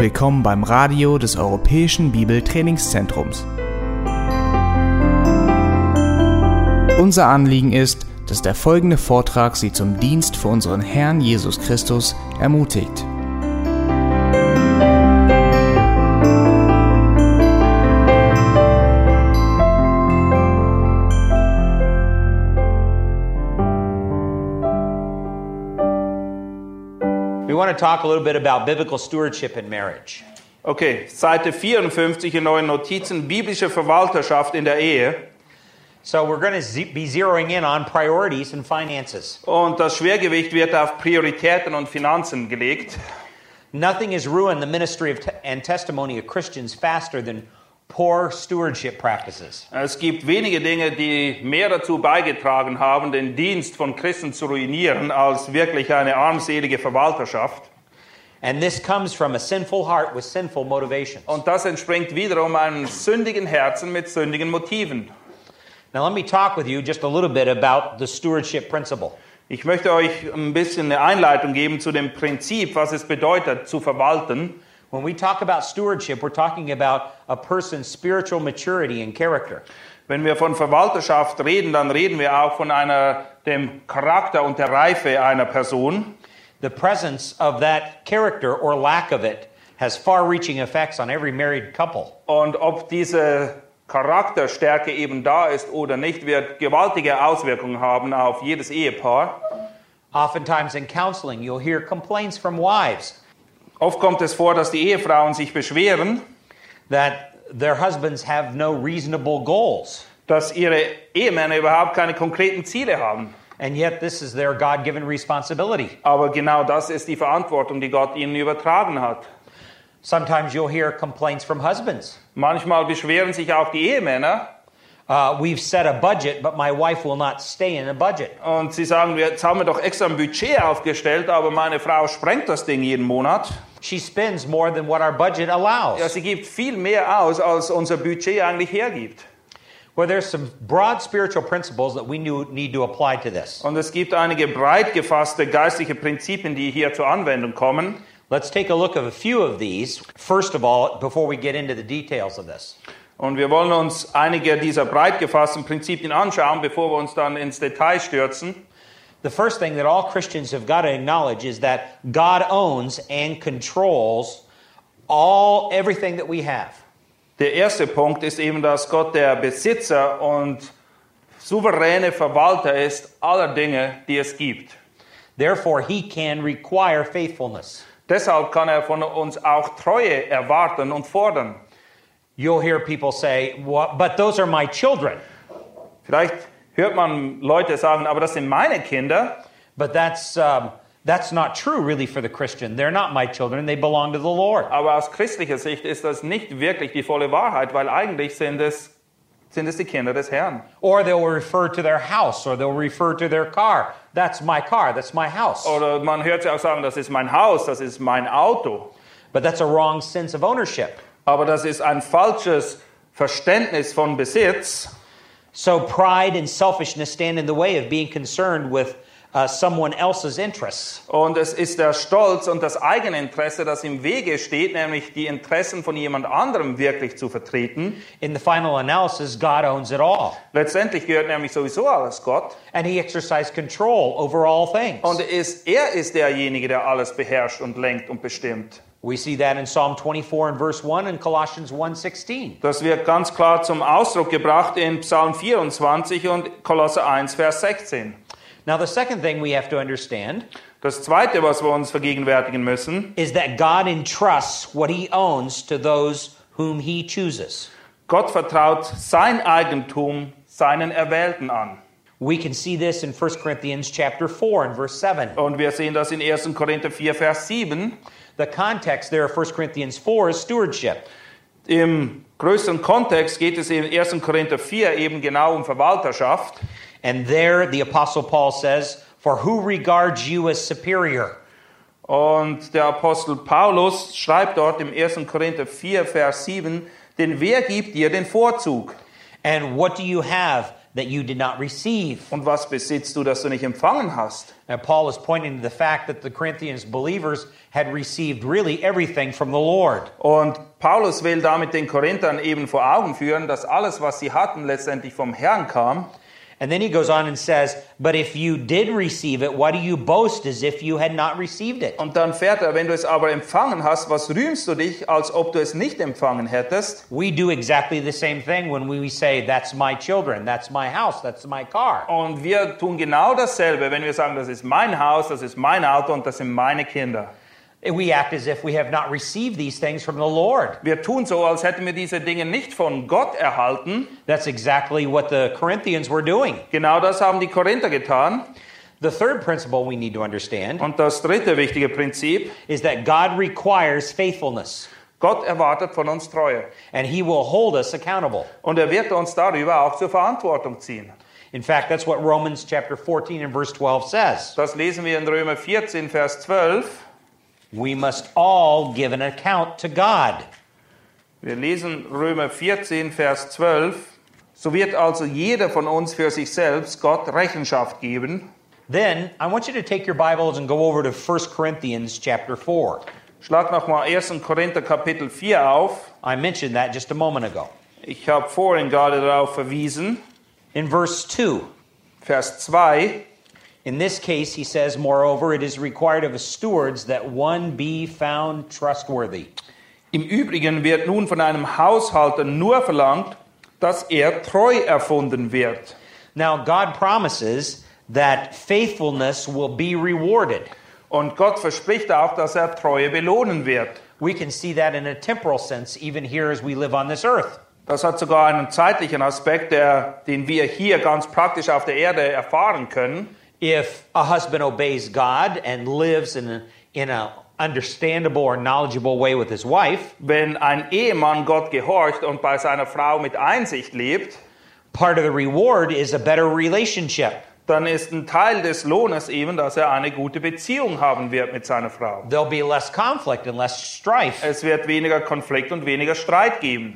willkommen beim Radio des Europäischen Bibeltrainingszentrums. Unser Anliegen ist, dass der folgende Vortrag Sie zum Dienst für unseren Herrn Jesus Christus ermutigt. We want to talk a little bit about biblical stewardship in marriage. Okay, Seite 54 in neuen Notizen, biblische Verwalterschaft in der Ehe. So we're going to be zeroing in on priorities and finances. Und das Schwergewicht wird auf Prioritäten und Finanzen gelegt. Nothing has ruined the ministry and testimony of Christians faster than poor stewardship practices. Es gibt wenige Dinge, die mehr dazu beigetragen haben, den Dienst von Christen zu ruinieren, als wirklich eine armselige Verwalterschaft. And this comes from a sinful heart with sinful motivations. Und das entspringt wiederum einem sündigen Herzen mit sündigen Motiven. Now let me talk with you just a little bit about the stewardship principle. Ich möchte euch ein bisschen eine Einleitung geben zu dem Prinzip, was es bedeutet, zu verwalten. When we talk about stewardship, we're talking about a person's spiritual maturity and character. Wenn wir von Verwalterschaft reden, dann reden wir auch von dem Charakter und der Reife einer Person. The presence of that character or lack of it has far-reaching effects on every married couple. Und ob diese Charakterstärke eben da ist oder nicht, wird gewaltige Auswirkungen haben auf jedes Ehepaar. Oftentimes in counseling, you'll hear complaints from wives Oft kommt es vor, dass die Ehefrauen sich beschweren, that their husbands have no reasonable goals. dass ihre Ehemänner überhaupt keine konkreten Ziele haben. And yet this is their God-given responsibility. Aber genau das ist die Verantwortung, die Gott ihnen übertragen hat. Sometimes you'll hear complaints from husbands. Manchmal beschweren sich auch die Ehemänner We've set a budget, but my wife will not stay in a budget. und sie sagen, jetzt haben wir doch extra ein Budget aufgestellt, aber meine Frau sprengt das Ding jeden Monat. She spends more than what our budget allows. Ja, sie gibt viel mehr aus, als unser Budget eigentlich hergibt. Well, there's some broad spiritual principles that we need to apply to this. Und es gibt einige breit gefasste geistliche Prinzipien, die hier zur Anwendung kommen. Let's take a look at a few of these, first of all, before we get into the details of this. Und wir wollen uns einige dieser breit gefassten Prinzipien anschauen, bevor wir uns dann ins Detail stürzen. The first thing that all Christians have got to acknowledge is that God owns and controls everything that we have. Der erste Punkt ist eben, dass Gott der Besitzer und souveräne Verwalter ist aller Dinge, die es gibt. Therefore, he can require faithfulness. Deshalb kann er von uns auch Treue erwarten und fordern. You'll hear people say, but those are my children. Vielleicht hört man Leute sagen, aber das sind meine Kinder. But that's not true really for the Christian. They're not my children. They belong to the Lord. Aber aus christlicher Sicht ist das nicht wirklich die volle Wahrheit, weil eigentlich sind es die Kinder des Herrn. Or they'll refer to their house, or they'll refer to their car. That's my car, that's my house. Oder man hört sie auch sagen, das ist mein Haus, das ist mein Auto. But that's a wrong sense of ownership. Aber das ist ein falsches Verständnis von Besitz. So pride and selfishness stand in the way of being concerned with someone else's interests. Und es ist der Stolz und das Eigeninteresse, das im Wege steht, nämlich die Interessen von jemand anderem wirklich zu vertreten. In the final analysis, God owns it all. Letztendlich gehört nämlich sowieso alles Gott. And he exercises control over all things. Und er ist derjenige, der alles beherrscht und lenkt und bestimmt. We see that in Psalm 24 and verse 1 and Colossians 1:16. Das wird ganz klar zum Ausdruck gebracht in Psalm 24 und Kolosser 1, Vers 16. Now the second thing we have to understand Das Zweite, was wir uns vergegenwärtigen müssen, is that God entrusts what he owns to those whom he chooses. Gott vertraut sein Eigentum seinen Erwählten an. We can see this in 1 Corinthians chapter 4 and verse 7. Und wir sehen das in 1. Korinther 4, Vers 7. The context there of 1 Corinthians 4 is stewardship. Im größeren Kontext geht es in 1. Korinther 4 eben genau um Verwalterschaft. And there the Apostle Paul says, "For who regards you as superior?" Und der Apostel Paulus schreibt dort im 1. Korinther 4, Vers 7, denn wer gibt dir den Vorzug? And what do you have that you did not receive? Und was besitzt du, das du nicht empfangen hast? Now, Paul is pointing to the fact that the Corinthians believers had received really everything from the Lord. Und Paulus will damit den Korinthern eben vor Augen führen, dass alles, was sie hatten, letztendlich vom Herrn kam. And then he goes on and says, but if you did receive it, why do you boast as if you had not received it? Und dann fährt er, wenn du es aber empfangen hast, was rühmst du dich, als ob du es nicht empfangen hättest? We do exactly the same thing when we say, that's my children, that's my house, that's my car. Und wir tun genau dasselbe, wenn wir sagen, das ist mein Haus, das ist mein Auto und das sind meine Kinder. We act as if we have not received these things from the Lord. Wir tun so, als hätten wir diese Dinge nicht von Gott erhalten. That's exactly what the Corinthians were doing. Genau das haben die Korinther getan. The third principle we need to understand Und das dritte wichtige Prinzip, is that God requires faithfulness, Gott erwartet von uns Treue. and He will hold us accountable. Und er wird uns darüber auch zur Verantwortung ziehen. In fact, that's what Romans chapter 14 and verse 12 says. Das lesen wir in Römer 14, Vers 12. We must all give an account to God. Wir lesen Römer 14, Vers 12. So wird also jeder von uns für sich selbst Gott Rechenschaft geben. Then, I want you to take your Bibles and go over to 1 Corinthians chapter 4. Schlag nochmal 1. Korinther Kapitel 4 auf. I mentioned that just a moment ago. Ich habe vorhin gerade darauf verwiesen. In verse 2, Vers 2. in this case, he says, moreover, it is required of stewards that one be found trustworthy. Im Übrigen wird nun von einem Haushalter nur verlangt, dass er treu erfunden wird. Now, God promises that faithfulness will be rewarded. Und Gott verspricht auch, dass er Treue belohnen wird. We can see that in a temporal sense, even here as we live on this earth. Das hat sogar einen zeitlichen Aspekt, den wir hier ganz praktisch auf der Erde erfahren können. If a husband obeys God and lives in a understandable or knowledgeable way with his wife, Wenn ein Ehemann Gott gehorcht und bei seiner Frau mit Einsicht lebt, part of the reward is a better relationship. dann ist ein Teil des Lohnes eben, dass er eine gute Beziehung haben wird mit seiner Frau. There'll be less conflict and less strife. Es wird weniger Konflikt und weniger Streit geben.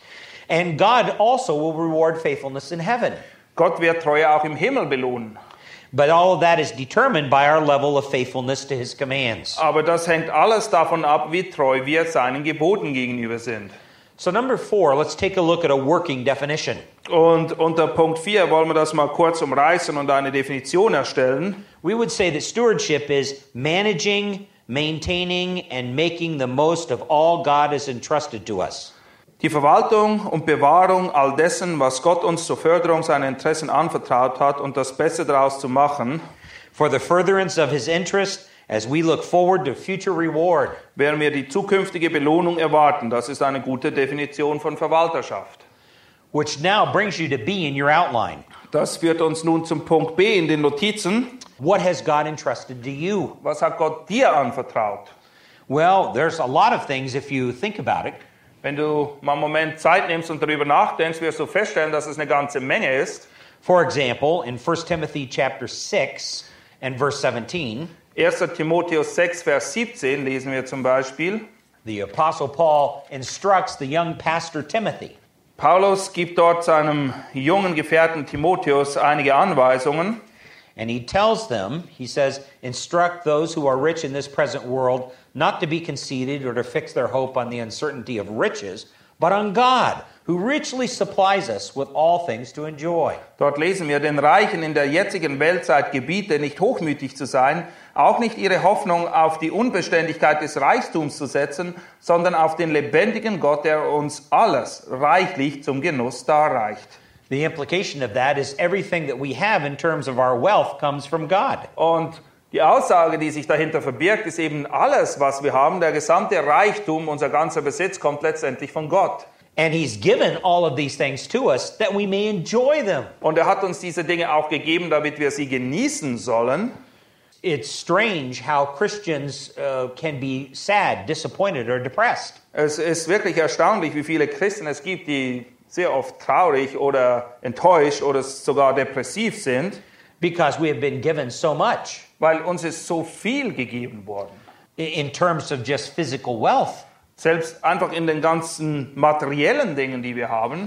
And God also will reward faithfulness in heaven. Gott wird Treue auch im Himmel belohnen. But all of that is determined by our level of faithfulness to His commands. Aber das hängt alles davon ab, wie treu wir seinen Geboten gegenüber sind. So number 4, let's take a look at a working definition. Und unter Punkt 4 wollen wir das mal kurz umreißen und eine Definition erstellen. We would say that stewardship is managing, maintaining, and making the most of all God has entrusted to us. Die Verwaltung und Bewahrung all dessen, was Gott uns zur Förderung seiner Interessen anvertraut hat und das Beste daraus zu machen, For the furtherance of His interest, as we look forward to future reward. werden wir die zukünftige Belohnung erwarten. Das ist eine gute Definition von Verwalterschaft. Which now brings you to B in your outline. Das führt uns nun zum Punkt B in den Notizen. What has God entrusted to you? Was hat Gott dir anvertraut? Well, there's a lot of things if you think about it. Wenn du mal einen Moment Zeit nimmst und darüber nachdenkst, wirst du feststellen, dass es eine ganze Menge ist. For example, in 1 Timothy chapter 6 and verse 17, 1. Timotheus 6, Vers 17 lesen wir zum Beispiel. the Apostle Paul instructs the young pastor Timothy. Paulus gibt dort seinem jungen Gefährten Timotheus einige Anweisungen. And he tells them, he says, instruct those who are rich in this present world not to be conceited or to fix their hope on the uncertainty of riches, but on God, who richly supplies us with all things to enjoy. Dort lesen wir, den Reichen in der jetzigen Weltzeit gebiete, nicht hochmütig zu sein, auch nicht ihre Hoffnung auf die Unbeständigkeit des Reichtums zu setzen, sondern auf den lebendigen Gott, der uns alles reichlich zum Genuss darreicht. The implication of that is everything that we have in terms of our wealth comes from God. Und die Aussage, die sich dahinter verbirgt, ist eben alles, was wir haben, der gesamte Reichtum, unser ganzer Besitz, kommt letztendlich von Gott. And He's given all of these things to us that we may enjoy them. Und er hat uns diese Dinge auch gegeben, damit wir sie genießen sollen. It's strange how Christians can be sad, disappointed, or depressed. Es ist wirklich erstaunlich, wie viele Christen es gibt, die sehr oft traurig oder enttäuscht oder sogar depressiv sind, Because we have been given so much weil uns ist so viel gegeben worden. in terms of just physical wealth. Selbst einfach in den ganzen materiellen Dingen, die wir haben.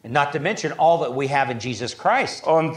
Not to mention all that we have in Jesus Christ. Und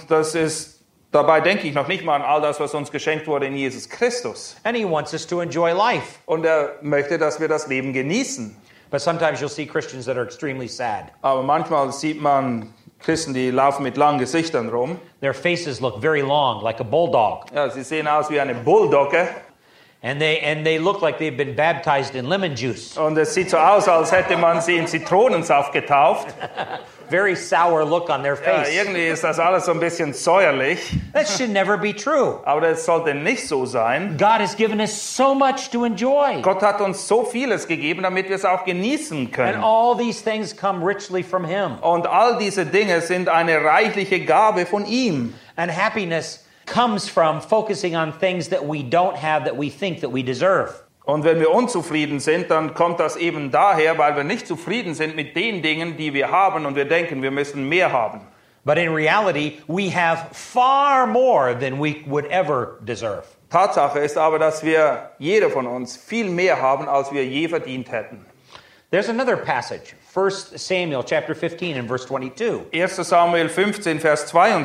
dabei denke ich noch nicht mal an all das, was uns geschenkt wurde in Jesus Christus. And he wants us to enjoy life. Und er möchte, dass wir das Leben genießen. But sometimes you'll see Christians that are extremely sad. Aber manchmal sieht man Christen, die laufen mit langen Gesichtern rum. Their faces look very long, like a bulldog. Ja, sie sehen aus wie eine Bulldogge. And they look like they've been baptized in lemon juice. Und es sieht so aus, als hätte man sie in Zitronensaft getauft. Very sour look on their Ja, face. irgendwie ist das alles so ein bisschen säuerlich. That should never be true. Aber das sollte nicht so sein. God has given us so much to enjoy. Gott hat uns so vieles gegeben, damit wir es auch genießen And können. all these things come richly from him. Und all diese Dinge sind eine reichliche Gabe von ihm. And happiness comes from focusing on things that we don't have that we think that we deserve. Und wenn wir unzufrieden sind, dann kommt das eben daher, weil wir nicht zufrieden sind mit den Dingen, die wir haben und wir denken, wir müssen mehr haben. But in reality, we have far more than we would ever deserve. Tatsache ist aber, dass jeder von uns viel mehr haben, als wir je verdient hätten. There's another passage, 1 Samuel chapter 15 and verse 22. 1. Samuel 15, Vers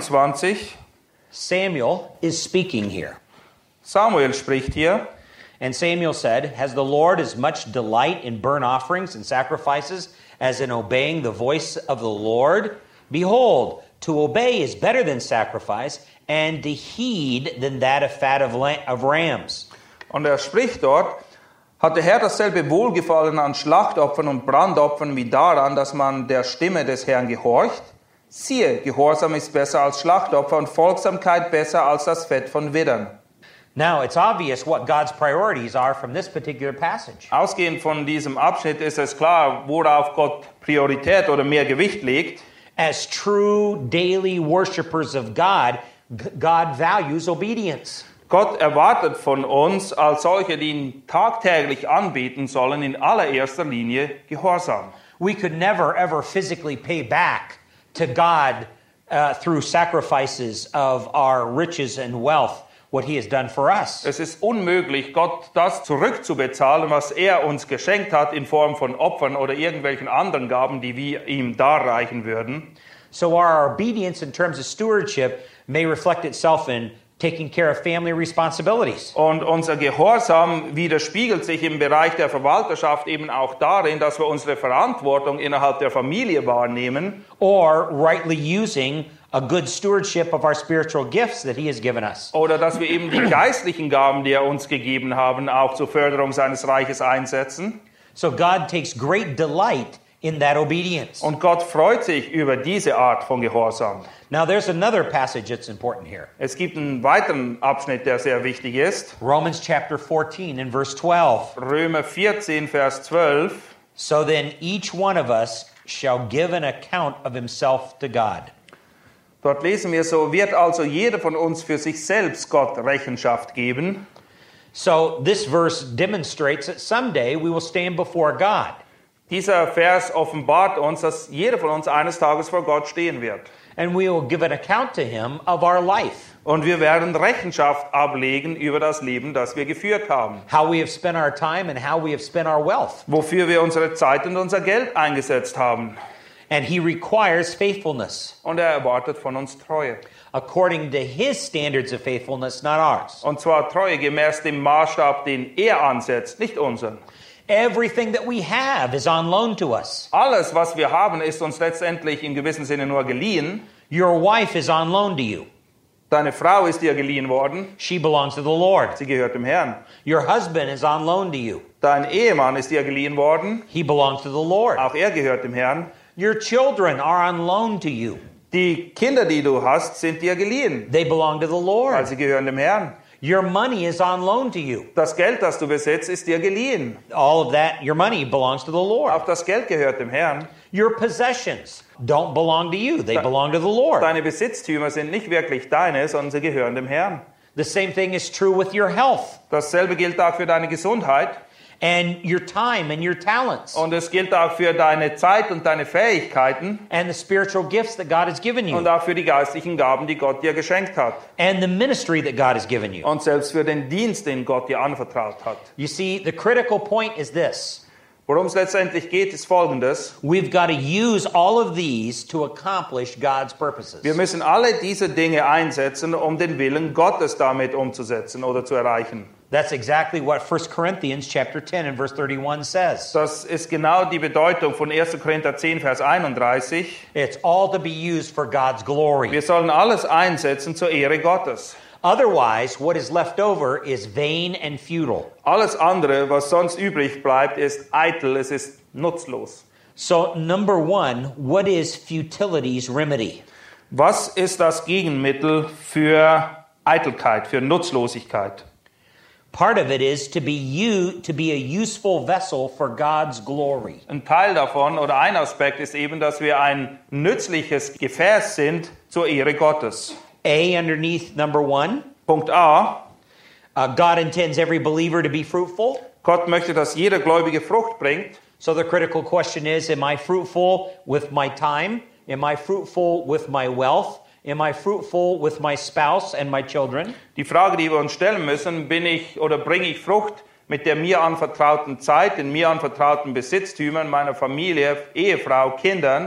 22. Samuel is speaking here. Samuel spricht hier. And Samuel said, "Has the Lord as much delight in burnt offerings and sacrifices as in obeying the voice of the Lord? Behold, to obey is better than sacrifice, and to heed than that of fat of rams." Und er spricht dort, hat der Herr dasselbe Wohlgefallen an Schlachtopfern und Brandopfern wie daran, dass man der Stimme des Herrn gehorcht? Siehe, Gehorsam ist besser als Schlachtopfer und Folgsamkeit besser als das Fett von Widdern. Now, it's obvious what God's priorities are from this particular passage. Ausgehend von diesem Abschnitt ist es klar, worauf Gott Priorität oder mehr Gewicht legt. As true daily worshipers of God, God values obedience. Gott erwartet von uns als solche, die ihn tagtäglich anbeten sollen, in allererster Linie Gehorsam. We could never, ever physically pay back to God through sacrifices of our riches and wealth what he has done for us. Es ist unmöglich, Gott das zurückzubezahlen, was er uns geschenkt hat in Form von Opfern oder irgendwelchen anderen Gaben, die wir ihm darreichen würden. So our obedience in terms of stewardship may reflect itself in taking care of family responsibilities. Und unser Gehorsam widerspiegelt sich im Bereich der Verwalterschaft eben auch darin, dass wir unsere Verantwortung innerhalb der Familie wahrnehmen. Or rightly using a good stewardship of our spiritual gifts that he has given us. Oder dass wir eben die geistlichen Gaben, die er uns gegeben haben, auch zur Förderung seines Reiches einsetzen. So God takes great delight in that obedience. Und Gott freut sich über diese Art von Gehorsam. Now there's another passage that's important here. Es gibt einen weiteren Abschnitt, der sehr wichtig ist. Romans chapter 14 and verse 12. Römer 14, Vers 12. So then each one of us shall give an account of himself to God. Dort lesen wir, so wird also jeder von uns für sich selbst Gott Rechenschaft geben. So this verse demonstrates that someday we will stand before God. Dieser Vers offenbart uns, dass jeder von uns eines Tages vor Gott stehen wird. And we will give an account to him of our life. Und wir werden Rechenschaft ablegen über das Leben, das wir geführt haben. How we have spent our time and how we have spent our wealth. Wofür wir unsere Zeit und unser Geld eingesetzt haben. And he requires faithfulness. Und er erwartet von uns Treue. According to his standards of faithfulness, not ours. Und zwar Treue gemäß dem Maßstab, den er ansetzt, nicht unseren. Everything that we have is on loan to us. Alles, was wir haben, ist uns letztendlich in gewissem Sinne nur geliehen. Your wife is on loan to you. Deine Frau ist dir geliehen worden. She belongs to the Lord. Sie gehört dem Herrn. Your husband is on loan to you. Dein Ehemann ist dir geliehen worden. He belongs to the Lord. Auch er gehört dem Herrn. Your children are on loan to you. Die Kinder, die du hast, sind dir geliehen. They belong to the Weil Lord. sie gehören dem Herrn. Your money is on loan to you. Das Geld, das du besitzt, ist dir geliehen. All of that, your money belongs to the Lord. Auch das Geld gehört dem Herrn. Your possessions don't belong to you. They belong to the Lord. Deine Besitztümer sind nicht wirklich deine, sondern sie gehören dem Herrn. The same thing is true with your health Dasselbe gilt auch für deine Gesundheit. and your time and your talents Und es gilt auch für deine Zeit und deine Fähigkeiten. and the spiritual gifts that God has given Und you auch für die geistlichen Gaben, die Gott dir geschenkt hat. and the ministry that God has given you. Und selbst für den Dienst, den Gott dir anvertraut hat. You see, the critical point is this. Worum es letztendlich geht, ist Folgendes. We've got to use all of these to accomplish God's purposes. Wir müssen alle diese Dinge einsetzen, um den Willen Gottes damit umzusetzen oder zu erreichen. That's exactly what 1 Corinthians chapter 10 and verse 31 says. Das ist genau die Bedeutung von 1. Korinther 10, Vers 31. It's all to be used for God's glory. Wir sollen alles einsetzen zur Ehre Gottes. Otherwise, what is left over is vain and futile. Alles andere, was sonst übrig bleibt, ist eitel, es ist nutzlos. So, number one, what is futility's remedy? Was ist das Gegenmittel für Eitelkeit, für Nutzlosigkeit? Part of it is to be a useful vessel for God's glory. Ein Teil davon oder ein Aspekt ist eben, dass wir ein nützliches Gefäß sind zur Ehre Gottes. A, underneath number one, Punkt A. God intends every believer to be fruitful. Gott möchte, dass jeder Gläubige Frucht bringt. So the critical question is, am I fruitful with my time? Am I fruitful with my wealth? Am I fruitful with my spouse and my children? Die Frage, die wir uns stellen müssen, bin ich oder bringe ich Frucht mit der mir anvertrauten Zeit, den mir anvertrauten Besitztümern, meiner Familie, Ehefrau, Kindern?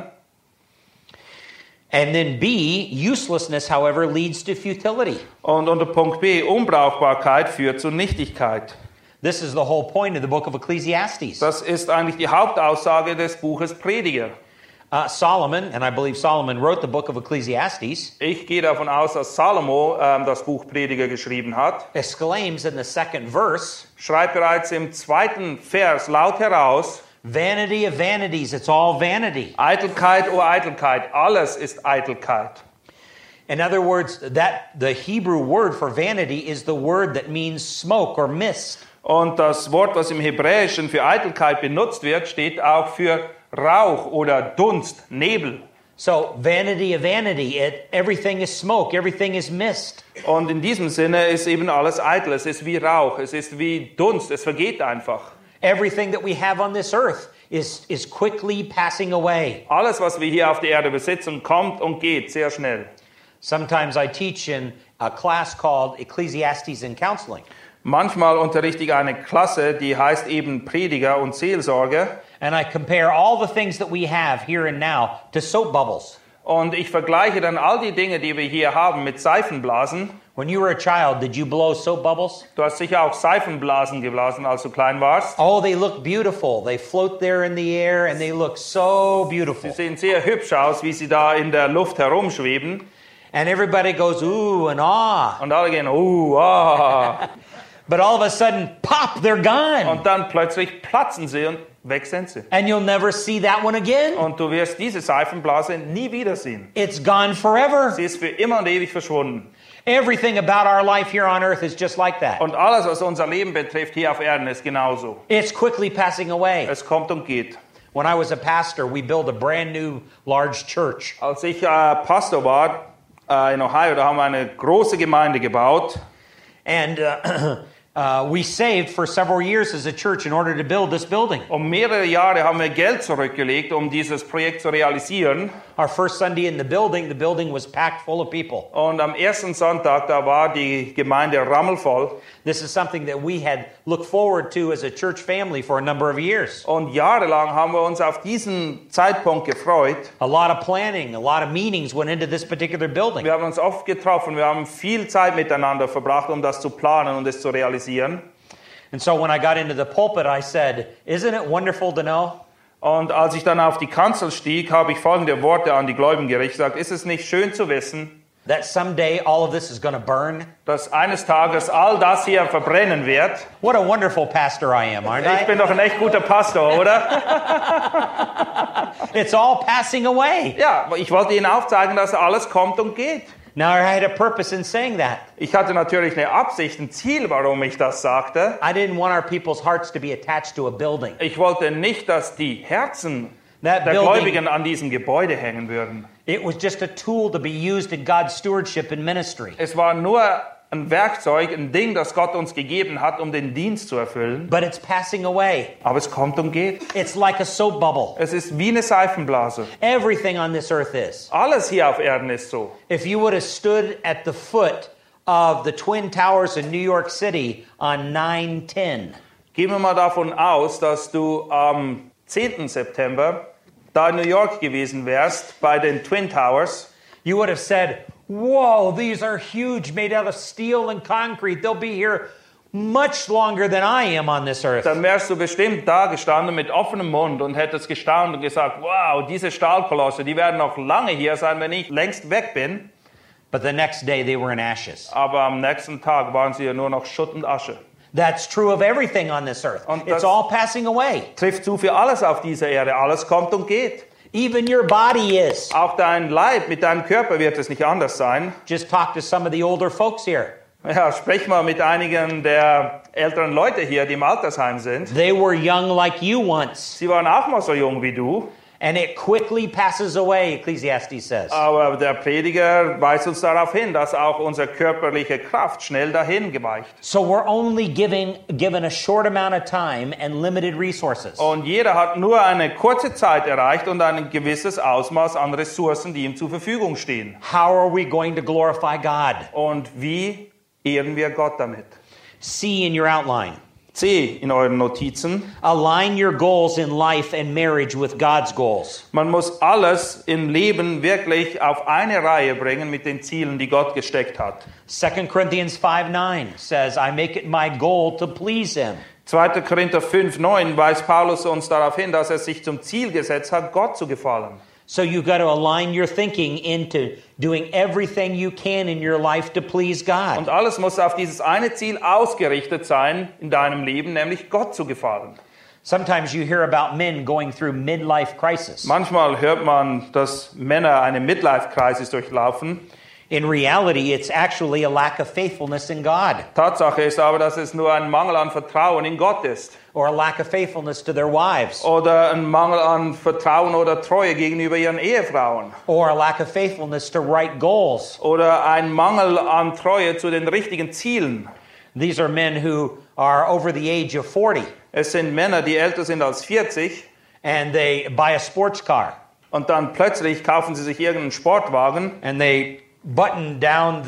And then B, uselessness, however, leads to futility. Und unter Punkt B, Unbrauchbarkeit führt zu Nichtigkeit. This is the whole point of the book of Ecclesiastes. Das ist eigentlich die Hauptaussage des Buches Prediger. Solomon, and I believe Solomon wrote the book of Ecclesiastes, Ich gehe davon aus, dass Salomo das Buch Prediger geschrieben hat. exclaims in the second verse, Schreibt bereits im 2. Vers laut heraus: vanity of vanities, it's all vanity. Eitelkeit, o Eitelkeit, alles ist Eitelkeit. In other words, that the Hebrew word for vanity is the word that means smoke or mist. Und das Wort, was im Hebräischen für Eitelkeit benutzt wird, steht auch für Rauch oder Dunst, Nebel. So vanity of vanity, everything is smoke, everything is mist. Und in diesem Sinne ist eben alles eitel. Es ist wie Rauch, es ist wie Dunst, es vergeht einfach. Everything that we have on this earth is quickly passing away. Alles, was wir hier auf der Erde besitzen, kommt und geht sehr schnell. Sometimes I teach in a class called Ecclesiastes and Counseling. Manchmal unterrichte ich eine Klasse, die heißt eben Prediger und Seelsorge. And I compare all the things that we have here and now to soap bubbles. Und ich vergleiche dann all die Dinge, die wir hier haben, mit Seifenblasen. When you were a child, did you blow soap bubbles? Du hast sicher auch Seifenblasen geblasen, als du klein warst. Oh, they look beautiful. They float there in the air and they look so Sie beautiful. sehen sehr hübsch aus, wie sie da in der Luft herumschweben. And everybody goes, ooh, and ah. Und alle gehen, ah. But all of a sudden, pop, they're gone. Und dann plötzlich platzen sie und weg sind sie. And you'll never see that one again. Und du wirst diese Seifenblase nie wiedersehen. It's gone forever. Sie ist für immer und ewig verschwunden. Everything about our life here on earth is just like that. Und alles, was unser Leben betrifft, hier auf Erden, ist genauso. It's quickly passing away. Es kommt und geht. When I was a pastor, we built a brand new large church. Als ich Pastor war in Ohio, da haben wir eine große Gemeinde gebaut. And we saved for several years as a church in order to build this building. Um mehrere Jahre haben wir Geld zurückgelegt, um dieses Projekt zu realisieren. Our first Sunday in the building was packed full of people. Und am ersten Sonntag, da war die Gemeinde rammelvoll. This is something that we had looked forward to as a church family for a number of years. Und jahrelang haben wir uns auf diesen Zeitpunkt gefreut. A lot of planning, a lot of meetings went into this particular building. Wir haben uns oft getroffen, wir haben viel Zeit miteinander verbracht, um das zu planen und es zu realisieren. And so when I got into the pulpit, I said, isn't it wonderful to know? Und als ich dann auf die Kanzel stieg, habe ich folgende Worte an die Gläubigen gerichtet. Gesagt, ist es nicht schön zu wissen, That someday all of this is going to burn? dass eines Tages all das hier verbrennen wird? What a wonderful pastor I am, aren't Ich I? bin doch ein echt guter Pastor, oder? It's all passing away. Ja, ich wollte Ihnen aufzeigen, dass alles kommt und geht. Now I had a purpose in saying that. Ich hatte natürlich eine Absicht, ein Ziel, warum ich das sagte. I didn't want our people's hearts to be attached to a building. Ich wollte nicht, dass die Herzen That der building, Gläubigen an diesem Gebäude hängen würden. it was just a tool to be used in God's stewardship and ministry. Es war nur ein Werkzeug, ein Ding, das Gott uns gegeben hat, um den Dienst zu erfüllen. But it's passing away. Aber es kommt und geht. It's like a soap bubble. Es ist wie eine Seifenblase. Everything on this earth is. Alles hier auf Erden ist so. If you would have stood at the foot of the Twin Towers in New York City on 9/10, Gehen wir mal davon aus, dass du am 10. September da in New York gewesen wärst, bei den Twin Towers. You would have said, whoa, these are huge, made out of steel and concrete. They'll be here much longer than I am on this earth. Dann wärst du bestimmt da gestanden mit offenem Mund und hättest gestaunt und gesagt, wow, diese Stahlkolosse, die werden noch lange hier sein, wenn ich längst weg bin. But the next day they were in ashes. Aber am nächsten Tag waren sie ja nur noch Schutt und Asche. That's true of everything on this earth. Und It's das all passing away. trifft zu für alles auf dieser Erde. Alles kommt und geht. Even your body is. Auch dein Leib mit deinem Körper wird es nicht anders sein. Just talk to some of the older folks here. Ja, sprich mal mit einigen der älteren Leute hier, die im Altersheim sind. They were young like you once. Sie waren auch mal so jung wie du. And it quickly passes away, Ecclesiastes says. Aber der Prediger weist uns darauf hin, dass auch unsere körperliche Kraft schnell dahin geweicht. So we're only given a short amount of time and limited resources. Und jeder hat nur eine kurze Zeit erreicht und ein gewisses Ausmaß an Ressourcen, die ihm zur Verfügung stehen. How are we going to glorify God? Und wie ehren wir Gott damit? C in your outline. C in euren Notizen. Align your goals in life and marriage with God's goals. Man muss alles im Leben wirklich auf eine Reihe bringen mit den Zielen, die Gott gesteckt hat. 2 Corinthians 5:9 says, I make it my goal to please him. 2. Korinther 5,9 weist Paulus uns darauf hin, dass er sich zum Ziel gesetzt hat, Gott zu gefallen. So you've got to align your thinking into doing everything you can in your life to please God. Und alles muss auf dieses eine Ziel ausgerichtet sein in deinem Leben, nämlich Gott zu gefallen. Sometimes you hear about men going through midlife crisis. Manchmal hört man, dass Männer eine Midlife-Crisis durchlaufen. In reality, it's actually a lack of faithfulness in God Tatsache ist aber, dass es nur ein Mangel an Vertrauen in Gott ist. or a lack of faithfulness to their wives Oder ein Mangel an Vertrauen oder Treue gegenüber ihren Ehefrauen. or a lack of faithfulness to right goals. Oder ein Mangel an Treue zu den richtigen Zielen. These are men who are over the age of 40 Es sind Männer, die älter sind als 40 and they buy a sports car und dann plötzlich kaufen sie sich irgendeinen Sportwagen and they unbutton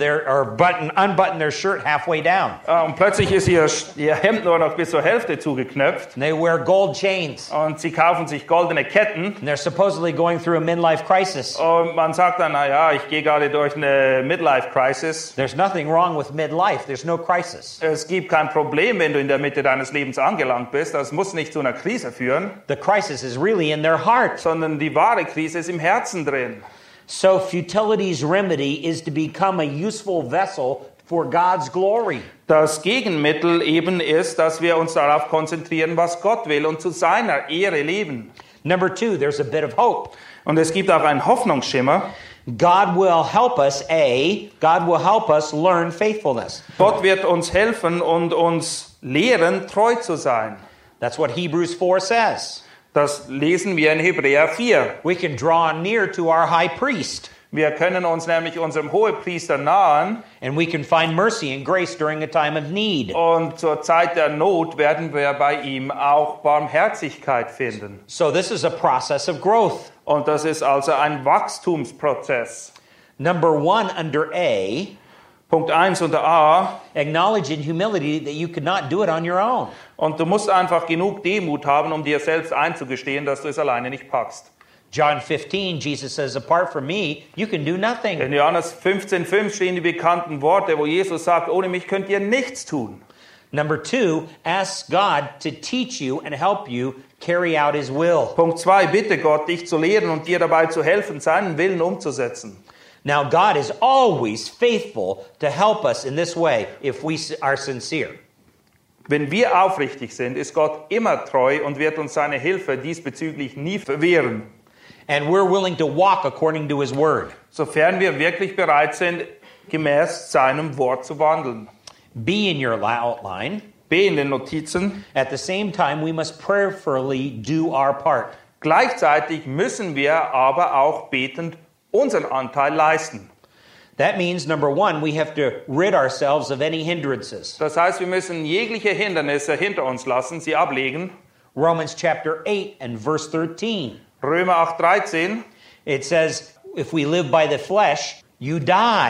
their shirt halfway down. und plötzlich ist ihr Hemd nur noch bis zur Hälfte zugeknöpft And they wear gold chains und sie kaufen sich goldene Ketten and they're supposedly going through a midlife crisis. und man sagt dann, naja, ich gehe gerade durch eine Midlife-Crisis. There's nothing wrong with midlife. There's no crisis. Es gibt kein Problem, wenn du in der Mitte deines Lebens angelangt bist. Das muss nicht zu einer Krise führen, The crisis is really in their heart. sondern die wahre Krise ist im Herzen drin. So futility's remedy is to become a useful vessel for God's glory. Das Gegenmittel eben ist, dass wir uns darauf konzentrieren, was Gott will und zu seiner Ehre leben. Number 2, there's a bit of hope. Und es gibt auch einen Hoffnungsschimmer. God will help us learn faithfulness. Gott wird uns helfen und uns lehren, treu zu sein. That's what Hebrews 4 says. Das lesen wir in Hebräer 4. We can draw near to our high priest, Wir können uns nämlich unserem Hohepriester nahen and we can find mercy and grace during a time of need. und zur Zeit der Not werden wir bei ihm auch Barmherzigkeit finden. So this is a process of growth. Und das ist also ein Wachstumsprozess. Number 1 under A, Punkt 1 unter A. acknowledge in humility that you could not do it on your own. Und du musst einfach genug Demut haben, um dir selbst einzugestehen, dass du es alleine nicht packst. John 15, Jesus says, apart from me, you can do nothing. In Johannes 15,5 stehen die bekannten Worte, wo Jesus sagt, ohne mich könnt ihr nichts tun. Number 2, ask God to teach you and help you carry out his will. Punkt 2, bitte Gott, dich zu lehren und dir dabei zu helfen, seinen Willen umzusetzen. Now, God is always faithful to help us in this way if we are sincere. Wenn wir aufrichtig sind, ist Gott immer treu und wird uns seine Hilfe diesbezüglich nie verwehren. And we're willing to walk according to his word. Sofern wir wirklich bereit sind, gemäß seinem Wort zu wandeln. B in your outline. B in den Notizen. At the same time, we must prayerfully do our part. Gleichzeitig müssen wir aber auch betend unseren Anteil leisten. That means, number 1, we have to rid ourselves of any hindrances. Das heißt, wir müssen jegliche Hindernisse hinter uns lassen, sie ablegen. Romans chapter 8 and verse 13. Römer 8,13. It says, if we live by the flesh, you die.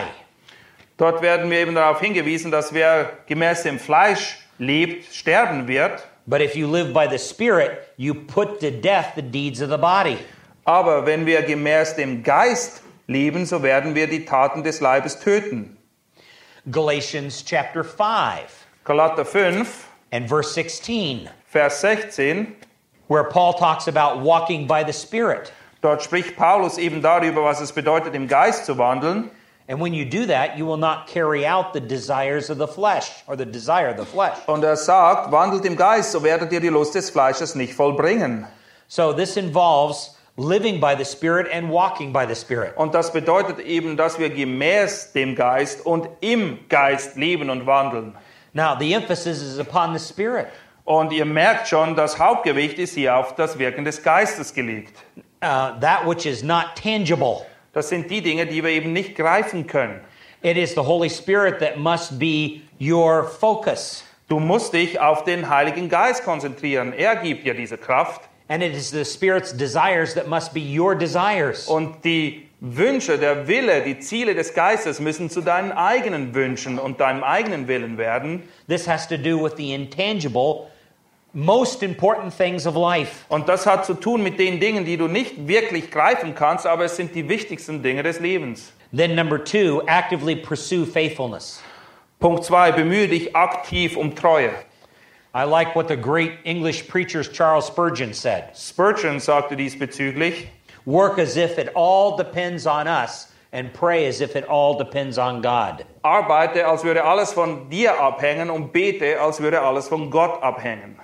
Dort werden wir eben darauf hingewiesen, dass wer gemäß dem Fleisch lebt, sterben wird. But if you live by the Spirit, you put to death the deeds of the body. Aber wenn wir gemäß dem Geist leben, so werden wir die Taten des Leibes töten. Galatians chapter 5 Galater 5, and verse 16, Vers 16, where Paul talks about walking by the Spirit. dort spricht Paulus eben darüber, was es bedeutet, im Geist zu wandeln. And when you do that, you will not carry out the desires of the flesh, or the desire of the flesh. Und er sagt, wandelt im Geist, so werdet ihr die Lust des Fleisches nicht vollbringen. So this involves living by the Spirit and walking by the Spirit. Und das bedeutet eben, dass wir gemäß dem Geist und im Geist leben und wandeln. Now, the emphasis is upon the Spirit. Und ihr merkt schon, das Hauptgewicht ist hier auf das Wirken des Geistes gelegt. That which is not tangible. Das sind die Dinge, die wir eben nicht greifen können. It is the Holy Spirit that must be your focus. Du musst dich auf den Heiligen Geist konzentrieren. Er gibt dir diese Kraft. And it is the Spirit's desires that must be your desires. Und die Wünsche, der Wille, die Ziele des Geistes müssen zu deinen eigenen Wünschen und deinem eigenen Willen werden. This has to do with the intangible, most important things of life. Und das hat zu tun mit den Dingen, die du nicht wirklich greifen kannst, aber es sind die wichtigsten Dinge des Lebens. Then number 2, actively pursue faithfulness. Punkt 2, bemühe dich aktiv um Treue. I like what the great English preacher Charles Spurgeon said. Spurgeon sagte diesbezüglich, Work as if it all depends on us and pray as if it all depends on God. arbeite, als würde alles von dir abhängen und bete, als würde alles von Gott abhängen.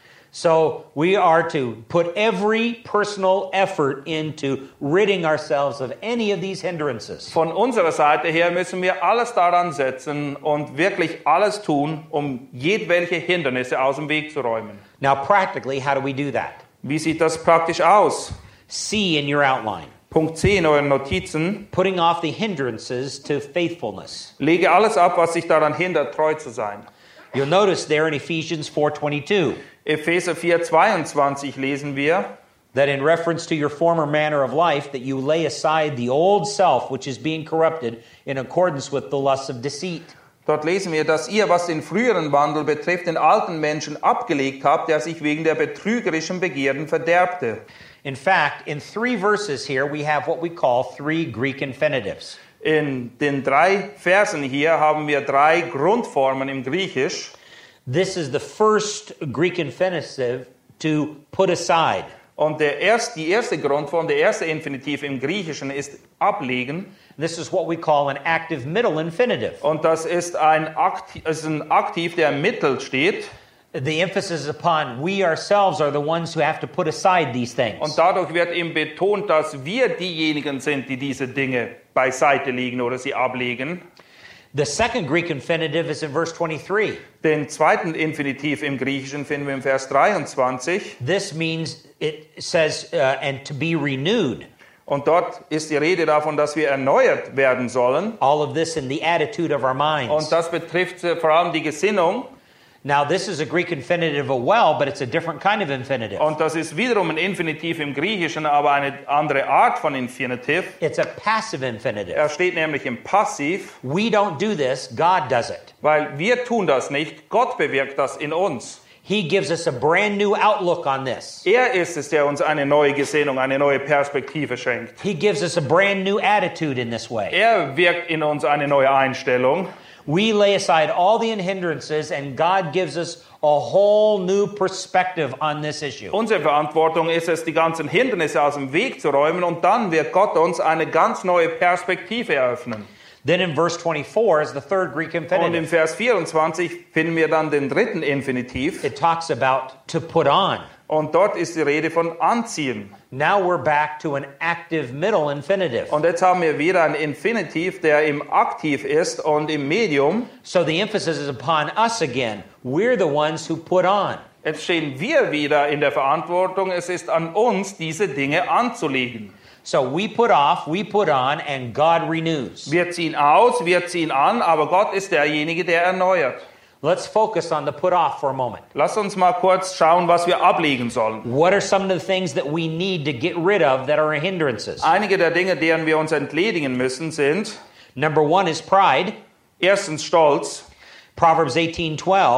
So we are to put every personal effort into ridding ourselves of any of these hindrances. Von unserer Seite her müssen wir alles daran setzen und wirklich alles tun, um jedwelche Hindernisse aus dem Weg zu räumen. Now practically, how do we do that? Wie sieht das praktisch aus? C in your outline. Punkt 10 in euren Notizen. Putting off the hindrances to faithfulness. Lege alles ab, was dich daran hindert, treu zu sein. You'll notice there in Ephesians 4:22 Epheser 4,22 lesen wir, that in reference to your former manner of life, that you lay aside the old self which is being corrupted in accordance with the lusts of deceit. dort lesen wir, dass ihr, was den früheren Wandel betrifft, den alten Menschen abgelegt habt, der sich wegen der betrügerischen Begierden verderbte. In fact, in 3 verses here, we have what we call 3 Greek infinitives. In den 3 Versen hier haben wir 3 Grundformen im Griechisch. This is the first Greek infinitive to put aside. Und die erste Grundform, der erste Infinitiv im Griechischen ist ablegen. This is what we call an active middle infinitive. Und das ist ein Aktiv, der im Mittel steht. The emphasis is upon we ourselves are the ones who have to put aside these things. Und dadurch wird eben betont, dass wir diejenigen sind, die diese Dinge beiseite legen oder sie ablegen. The second Greek infinitive is in verse 23. Den zweiten Infinitiv im Griechischen finden wir im Vers 23. This means, it says, and to be renewed. Und dort ist die Rede davon, dass wir erneuert werden sollen. All of this in the attitude of our minds. Und das betrifft vor allem die Gesinnung. Now, this is a Greek infinitive as well, but it's a different kind of infinitive. Und das ist wiederum ein Infinitiv im Griechischen, aber eine andere Art von Infinitiv. It's a passive infinitive. Er steht nämlich im Passiv, We don't do this, God does it. weil wir tun das nicht, Gott bewirkt das in uns. He gives us a brand new outlook on this. Er ist es, der uns eine neue Gesinnung, eine neue Perspektive schenkt. He gives us a brand new attitude in this way. Er wirkt in uns eine neue Einstellung. We lay aside all the hindrances and God gives us a whole new perspective on this issue. Unsere Verantwortung ist es, die ganzen Hindernisse aus dem Weg zu räumen und dann wird Gott uns eine ganz neue Perspektive eröffnen. Then in verse 24 is the third Greek Und im infinitive. Vers 24 finden wir dann den dritten Infinitiv It talks about to put on. und dort ist die Rede von anziehen. Now we're back to an active middle infinitive. Und jetzt haben wir wieder einen Infinitiv, der im Aktiv ist und im Medium. So the emphasis is upon us again. We're the ones who put on. Jetzt stehen wir wieder in der Verantwortung, es ist an uns, diese Dinge anzulegen. So we put off, we put on, and God renews. Wir ziehen aus, wir ziehen an, aber Gott ist derjenige, der erneuert. Let's focus on the put off for a moment. Lass uns mal kurz schauen, was wir ablegen sollen. What are some of the things that we need to get rid of that are hindrances? Einige der Dinge, deren wir uns entledigen müssen, sind Number 1 is pride. erstens Stolz. Proverbs 18:12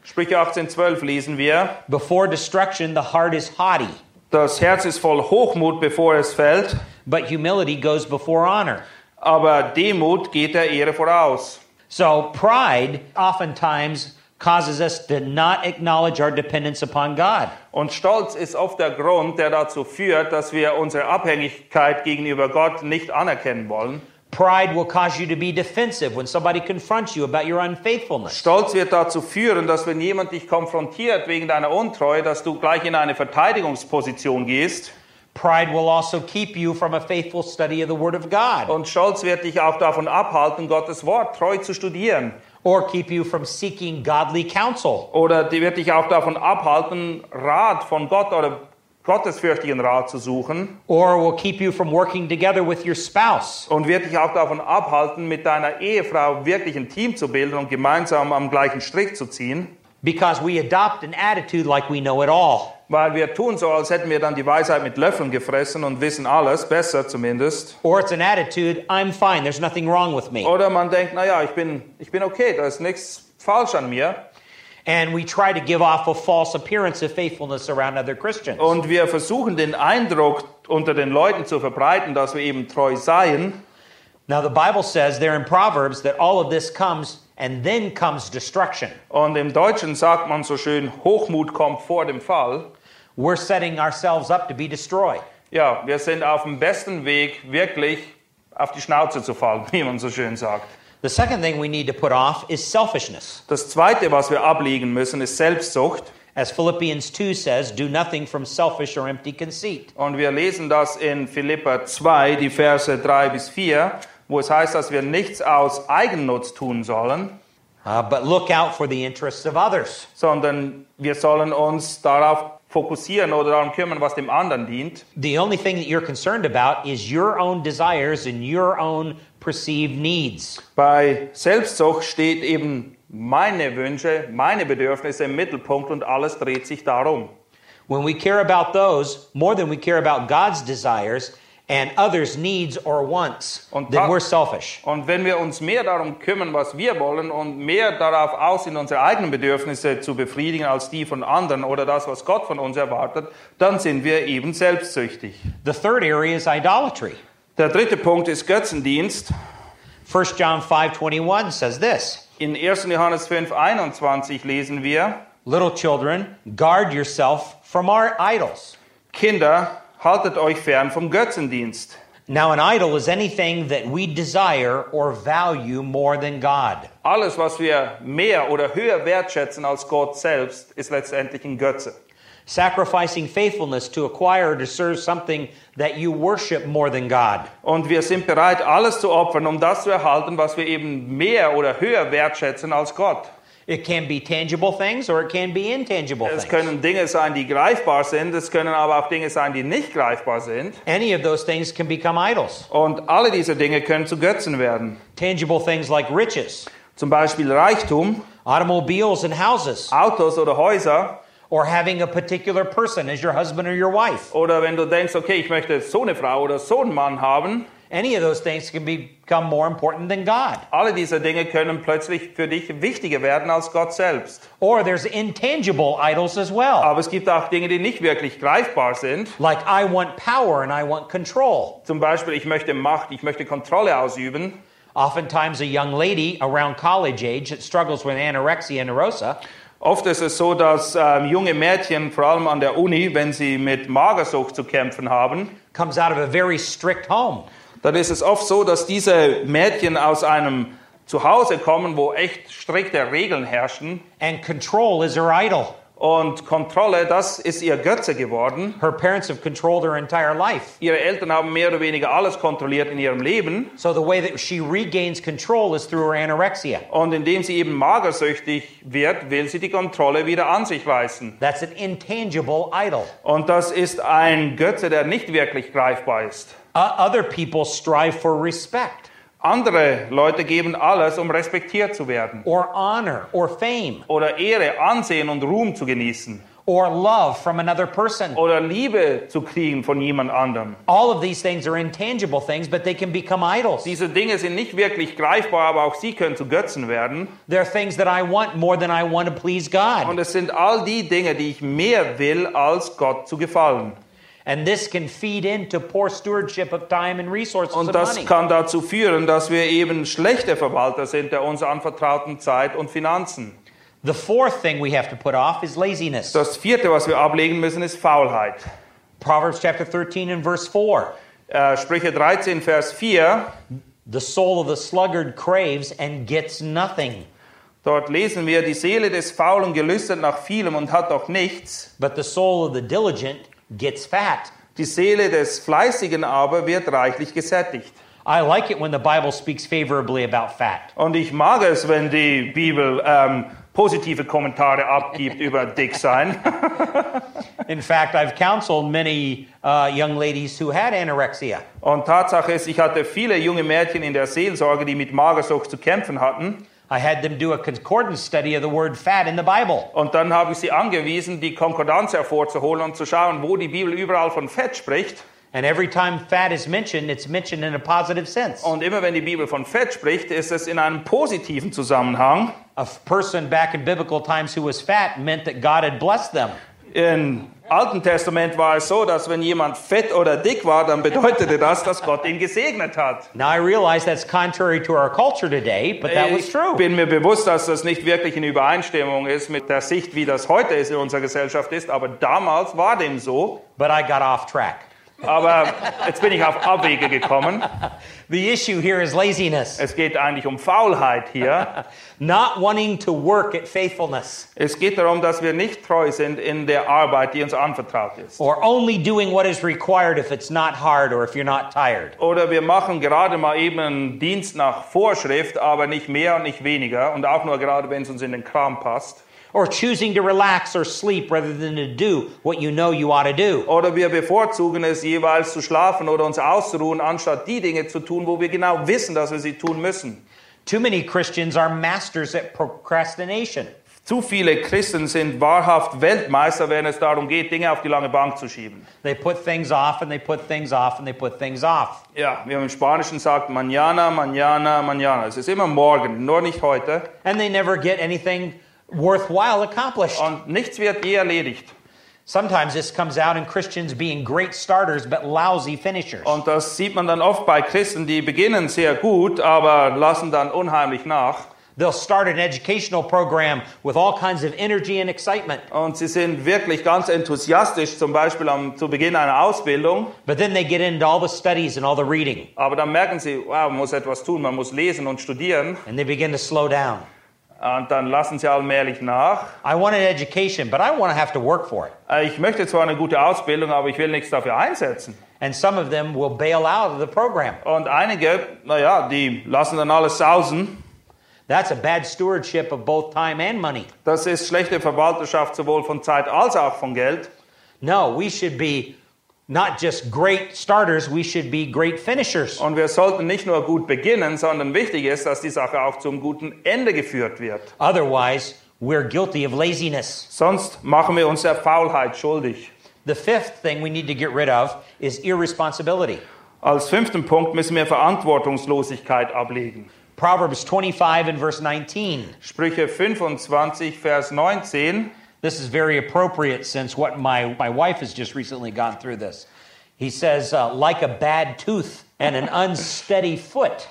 Sprüche 18,12 lesen wir, Before destruction, the heart is haughty, das Herz ist voll Hochmut, bevor es fällt, but humility goes before honor. aber Demut geht der Ehre voraus. So pride oftentimes causes us to not acknowledge our dependence upon God. Und Stolz ist oft der Grund, der dazu führt, dass wir unsere Abhängigkeit gegenüber Gott nicht anerkennen wollen. Pride will cause you to be defensive when somebody confronts you about your unfaithfulness. Stolz wird dazu führen, dass wenn jemand dich konfrontiert wegen deiner Untreue, dass du gleich in eine Verteidigungsposition gehst. Pride will also keep you from a faithful study of the Word of God, Und Stolz wird dich auch davon abhalten, Gottes Wort treu zu studieren. or keep you from seeking godly counsel. Oder die wird dich auch davon abhalten, Rat von Gott oder gottesfürchtigen Rat zu suchen. Or will keep you from working together with your spouse. Und wird dich auch davon abhalten, mit deiner Ehefrau wirklich ein Team zu bilden und gemeinsam am gleichen Strick zu ziehen. Because we adopt an attitude like we know it all. Weil wir tun so, als hätten wir dann die Weisheit mit Löffeln gefressen und wissen alles, besser zumindest. Or it's an attitude, I'm fine, there's nothing wrong with me. Oder man denkt, naja, ich bin okay, da ist nichts falsch an mir. And we try to give off a false appearance of faithfulness around other Christians. Und wir versuchen den Eindruck unter den Leuten zu verbreiten, dass wir eben treu seien. Now the Bible says there in Proverbs that all of this comes and then comes destruction. Und im Deutschen sagt man so schön, Hochmut kommt vor dem Fall. We're setting ourselves up to be destroyed. Ja, wir sind auf dem besten Weg, wirklich auf die Schnauze zu fallen, wie man so schön sagt. The second thing we need to put off is selfishness. Das Zweite, was wir ablegen müssen, ist Selbstsucht. As Philippians 2 says, do nothing from selfish or empty conceit. Und wir lesen das in Philipper 2, die Verse 3 bis 4, wo es heißt, dass wir nichts aus Eigennutz tun sollen, But look out for the interests of others. sondern wir sollen uns darauf fokussieren oder darum kümmern, was dem anderen dient. The only thing that you're concerned about is your own desires and your own perceived needs. Bei Selbstsucht steht eben meine Wünsche, meine Bedürfnisse im Mittelpunkt und alles dreht sich darum. When we care about those more than we care about God's desires and others' needs or wants, Und then da- we're selfish. Und wenn wir uns mehr darum kümmern, was wir wollen und mehr darauf aus sind, unsere eigenen Bedürfnisse zu befriedigen als die von anderen oder das, was Gott von uns erwartet, dann sind wir eben selbstsüchtig. The third area is idolatry. Der dritte Punkt ist Götzendienst. 1 John 5:21 says this, In 1. Johannes 5,21 lesen wir, little children, guard yourself from our idols. Kinder, haltet euch fern vom Götzendienst. Now an idol is anything that we desire or value more than God. Alles, was wir mehr oder höher wertschätzen als Gott selbst, ist letztendlich ein Götze. Sacrificing faithfulness to acquire or to serve something that you worship more than God. Und wir sind bereit, alles zu opfern, um das zu erhalten, was wir eben mehr oder höher wertschätzen als Gott. It can be tangible things or it can be intangible Es things. können Dinge sein, die greifbar sind, es können aber auch Dinge sein, die nicht greifbar sind. Any of those things can become idols. Und alle diese Dinge können zu Götzen werden. Tangible things like riches, Zum Beispiel Reichtum, automobiles and houses, Autos oder Häuser. or having a particular person as your husband or your wife. Oder wenn du denkst, okay, ich möchte so eine Frau oder so einen Mann haben. Any of those things can become more important than God. Alle diese Dinge können plötzlich für dich wichtiger werden als Gott selbst. Or there's intangible idols as well. Aber es gibt auch Dinge, die nicht wirklich greifbar sind. Like I want power and I want control. Zum Beispiel, ich möchte Macht, ich möchte Kontrolle ausüben. Oftentimes a young lady around college age that struggles with anorexia nervosa Oft ist es so, dass junge Mädchen, vor allem an der Uni, wenn sie mit Magersucht zu kämpfen haben, comes out of a very strict home. dann ist es oft so, dass diese Mädchen aus einem Zuhause kommen, wo echt strikte Regeln herrschen. And control is her idol. Und Kontrolle, das ist ihr Götze geworden. Her parents have controlled her entire life. Ihre Eltern haben mehr oder weniger alles kontrolliert in ihrem Leben. So the way that she regains control is through her anorexia. Und indem sie eben magersüchtig wird, will sie die Kontrolle wieder an sich reißen. That's an intangible idol. Und das ist ein Götze, der nicht wirklich greifbar ist. Other people strive for respect Andere Leute geben alles, um respektiert zu werden. or honor or fame Oder Ehre, Ansehen und Ruhm zu genießen. or love from another person. oder Liebe zu kriegen von jemand anderem. All of these things are intangible things, but they can become idols. Diese Dinge sind nicht wirklich greifbar, aber auch sie können zu Götzen werden. They're things that I want more than I want to please God. Und es sind all die Dinge, die ich mehr will, als Gott zu gefallen. And this can feed into poor stewardship of time and resources Und and das money. kann dazu führen, dass wir eben schlechte Verwalter sind der uns anvertrauten Zeit und Finanzen. The fourth thing we have to put off is laziness. Das vierte, was wir ablegen müssen, ist Faulheit. Proverbs chapter 13 and verse 4. Sprüche 13, Vers 4. The soul of the sluggard craves and gets nothing, Dort lesen wir, die Seele des Faulen gelüstet nach vielem und hat doch nichts. but the soul of the diligent gets fat. Die Seele des Fleißigen aber wird reichlich gesättigt. I like it when the Bible speaks favorably about fat. Und ich mag es, wenn die Bibel positive Kommentare abgibt über Dicksein. In fact, I've counseled many young ladies who had anorexia. Und Tatsache ist, ich hatte viele junge Mädchen in der Seelsorge, die mit Magersucht zu kämpfen hatten. I had them do a concordance study of the word fat in the Bible. Und dann habe ich sie angewiesen, die Konkordanz hervorzuholen und zu schauen, wo die Bibel überall von Fett spricht. And every time fat is mentioned, it's mentioned in a positive sense. Und immer wenn die Bibel von Fett spricht, ist es in einem positiven Zusammenhang. A person back in biblical times who was fat meant that God had blessed them. Im Alten Testament war es so, dass wenn jemand fett oder dick war, dann bedeutete das, dass Gott ihn gesegnet hat. Now I realize that's contrary to our culture today, but that was Ich true. bin mir bewusst, dass das nicht wirklich in Übereinstimmung ist mit der Sicht, wie das heute ist in unserer Gesellschaft ist, aber damals war dem so. But I got off track. Aber jetzt bin ich auf Abwege gekommen. The issue here is laziness, Es geht eigentlich um Faulheit hier. not wanting to work at faithfulness, Es geht darum, dass wir nicht treu sind in der Arbeit, die uns anvertraut ist. or only doing what is required if it's not hard or if you're not tired. Oder wir machen gerade mal eben einen Dienst nach Vorschrift, aber nicht mehr und nicht weniger. Und auch nur gerade, wenn es uns in den Kram passt. Or choosing to relax or sleep rather than to do what you know you ought to do. Oder wir bevorzugen es jeweils zu schlafen oder uns auszuruhen, anstatt die Dinge zu tun, wo wir genau wissen, dass wir sie tun müssen. Too many Christians are masters at procrastination. Zu viele Christen sind wahrhaft Weltmeister, wenn es darum geht, Dinge auf die lange Bank zu schieben. They put things off and they put things off and they put things off. Ja, wie man im Spanischen sagt, mañana, mañana, mañana. Es ist immer morgen, nur nicht heute. And they never get anything worthwhile accomplished. Und nichts wird je erledigt. Sometimes this comes out in Christians being great starters but lousy finishers. Und das sieht man dann oft bei Christen, die beginnen sehr gut, aber lassen dann unheimlich nach. They'll start an educational program with all kinds of energy and excitement, Und sie sind wirklich ganz enthusiastisch, zum Beispiel zu Beginn einer Ausbildung. but then they get into all the studies and all the reading, Aber dann merken sie, wow, man muss etwas tun, man muss lesen und studieren. and they begin to slow down. Und dann lassen sie allmählich nach. I want an education, but I want to have to work for it. Ich möchte zwar eine gute Ausbildung, aber ich will nichts dafür einsetzen. And some of them will bail out of the program. Und einige, naja, die lassen dann alles sausen. That's a bad stewardship of both time and money. Das ist schlechte Verwalterschaft sowohl von Zeit als auch von Geld. No, we should be not just great starters, we should be great finishers. Und wir sollten nicht nur gut beginnen, sondern wichtig ist, dass die Sache auch zum guten Ende geführt wird. Otherwise, we're guilty of laziness. Sonst machen wir uns der Faulheit schuldig. The fifth thing we need to get rid of is irresponsibility. Als fünften Punkt müssen wir Verantwortungslosigkeit ablegen. Proverbs 25 and verse 19. Sprüche 25, Vers 19. This is very appropriate since what my wife has just recently gone through this. He says, like a bad tooth and an unsteady foot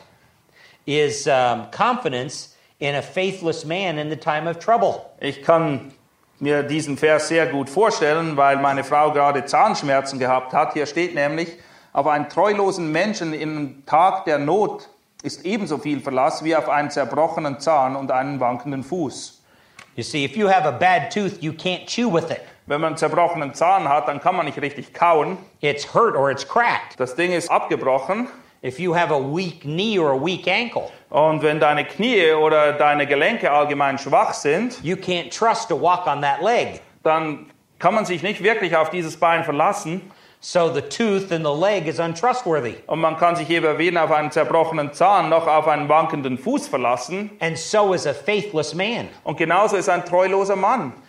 is confidence in a faithless man in the time of trouble. Ich kann mir diesen Vers sehr gut vorstellen, weil meine Frau gerade Zahnschmerzen gehabt hat. Hier steht nämlich, auf einen treulosen Menschen im Tag der Not ist ebenso viel Verlass wie auf einen zerbrochenen Zahn und einen wankenden Fuß. You see, if you have a bad tooth, you can't chew with it. Wenn man einen zerbrochenen Zahn hat, dann kann man nicht richtig kauen. It's hurt or it's cracked. Das Ding ist abgebrochen. If you have a weak knee or a weak ankle, Und wenn deine Knie oder deine Gelenke allgemein schwach sind, you can't trust to walk on that leg. dann kann man sich nicht wirklich auf dieses Bein verlassen. So the tooth in the leg is untrustworthy. Und man kann sich eben weder auf einen zerbrochenen Zahn noch auf einen wankenden Fuß verlassen. And so is a faithless man. Und genauso ist ein treuloser Mann.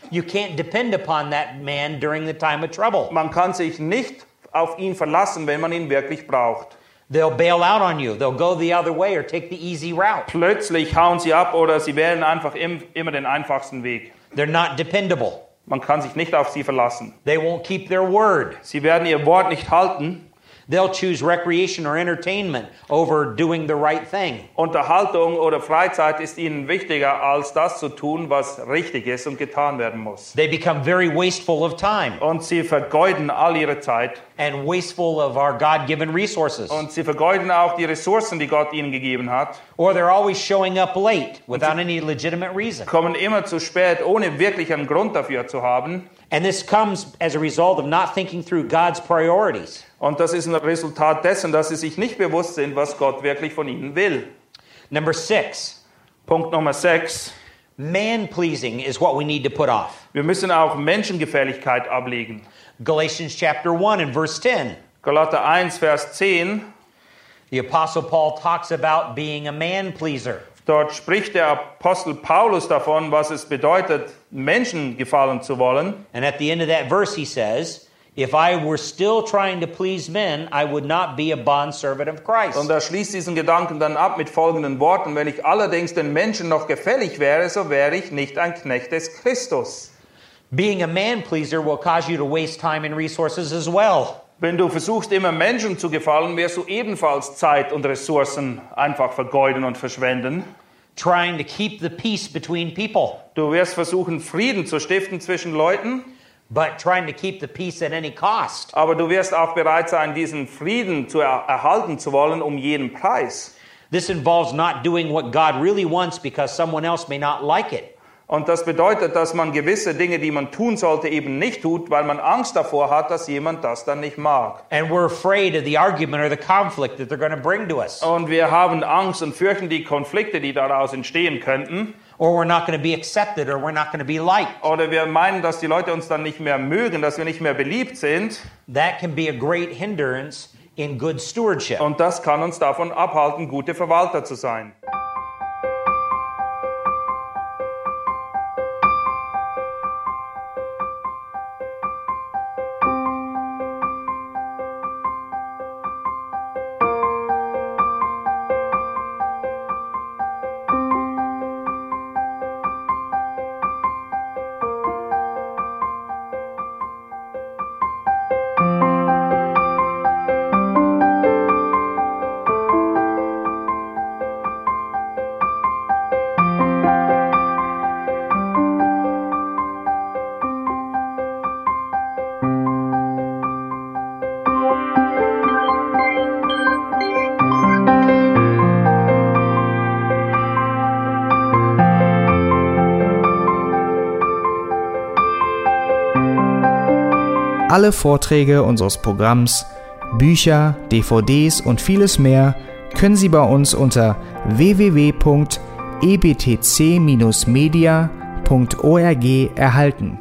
You can't depend upon that man during the time of trouble. Man kann sich nicht auf ihn verlassen, wenn man ihn wirklich braucht. They'll bail out on you. They'll go the other way or take the easy route. Plötzlich hauen sie ab oder sie wählen einfach immer den einfachsten Weg. They're not dependable. Man kann sich nicht auf sie verlassen. They won't keep their word. Sie werden ihr Wort nicht halten. They'll choose recreation or entertainment over doing the right thing. Unterhaltung oder Freizeit ist ihnen wichtiger, als das zu tun, was richtig ist und getan werden muss. They become very wasteful of time Und sie vergeuden all ihre Zeit. and wasteful of our God-given resources. Und sie vergeuden auch die Ressourcen, die Gott ihnen gegeben hat. Or they're always showing up late without any legitimate reason. Kommen immer zu spät, ohne wirklich einen Grund dafür zu haben. And this comes as a result of not thinking through God's priorities. Und das ist ein Resultat dessen, dass sie sich nicht bewusst sind, was Gott wirklich von ihnen will. Number 6, Punkt Nummer 6. man-pleasing is what we need to put off. Wir müssen auch Menschengefälligkeit ablegen. Galatians chapter 1 and verse 10. Galater 1, Vers 10. The Apostle Paul talks about being a man-pleaser. Dort spricht der Apostel Paulus davon, was es bedeutet, Menschen gefallen zu wollen. And at the end of that verse he says, if I were still trying to please men, I would not be a bondservant of Christ. Und er schließt diesen Gedanken dann ab mit folgenden Worten: Wenn ich allerdings den Menschen noch gefällig wäre, so wäre ich nicht ein Knecht des Christus. Being a man-pleaser will cause you to waste time and resources as well. Wenn du versuchst, immer Menschen zu gefallen, wirst du ebenfalls Zeit und Ressourcen einfach vergeuden und verschwenden. Trying to keep the peace between people, Du wirst versuchen, Frieden zu stiften zwischen Leuten, but trying to keep the peace at any cost. aber du wirst auch bereit sein, diesen Frieden zu erhalten zu wollen, um jeden Preis. This involves not doing what God really wants because someone else may not like it. Und das bedeutet, dass man gewisse Dinge, die man tun sollte, eben nicht tut, weil man Angst davor hat, dass jemand das dann nicht mag. And we're afraid of the argument or the conflict that they're going to bring to us. Und wir haben Angst und fürchten die Konflikte, die daraus entstehen könnten. Or we're not going to be accepted or we're not going to be liked. Oder wir meinen, dass die Leute uns dann nicht mehr mögen, dass wir nicht mehr beliebt sind. That can be a great hindrance in good stewardship. Und das kann uns davon abhalten, gute Verwalter zu sein. Alle Vorträge unseres Programms, Bücher, DVDs und vieles mehr können Sie bei uns unter www.ebtc-media.org erhalten.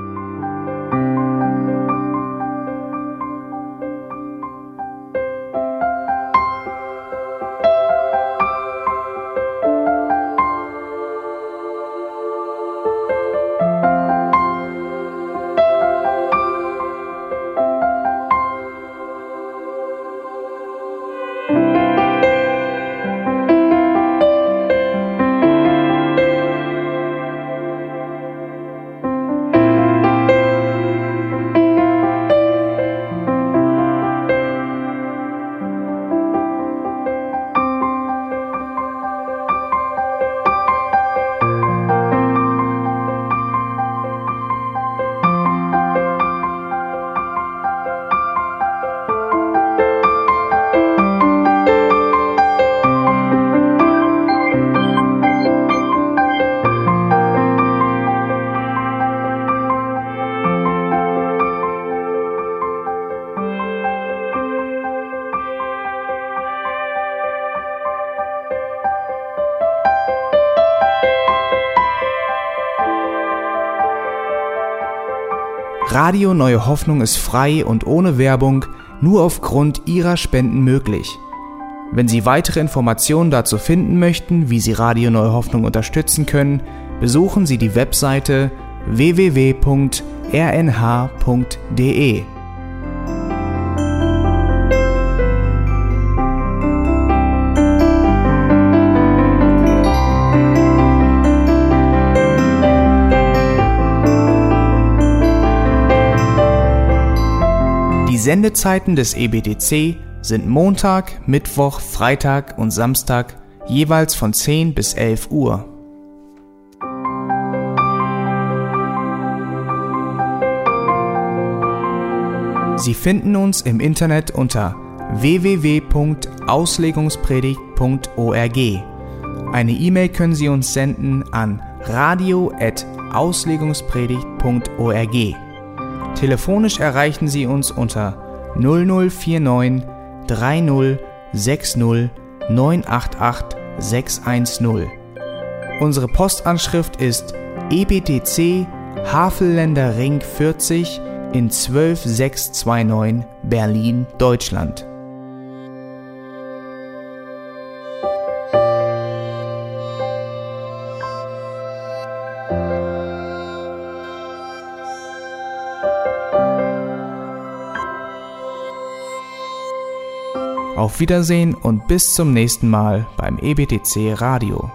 Radio Neue Hoffnung ist frei und ohne Werbung nur aufgrund Ihrer Spenden möglich. Wenn Sie weitere Informationen dazu finden möchten, wie Sie Radio Neue Hoffnung unterstützen können, besuchen Sie die Webseite www.rnh.de. Die Sendezeiten des EBTC sind Montag, Mittwoch, Freitag und Samstag jeweils von 10 bis 11 Uhr. Sie finden uns im Internet unter www.auslegungspredigt.org. Eine E-Mail können Sie uns senden an radio@auslegungspredigt.org. Telefonisch erreichen Sie uns unter 0049 30 60 988 610. Unsere Postanschrift ist EBTC Havelländer Ring 40 in 12629 Berlin, Deutschland. Auf Wiedersehen und bis zum nächsten Mal beim EBTC Radio.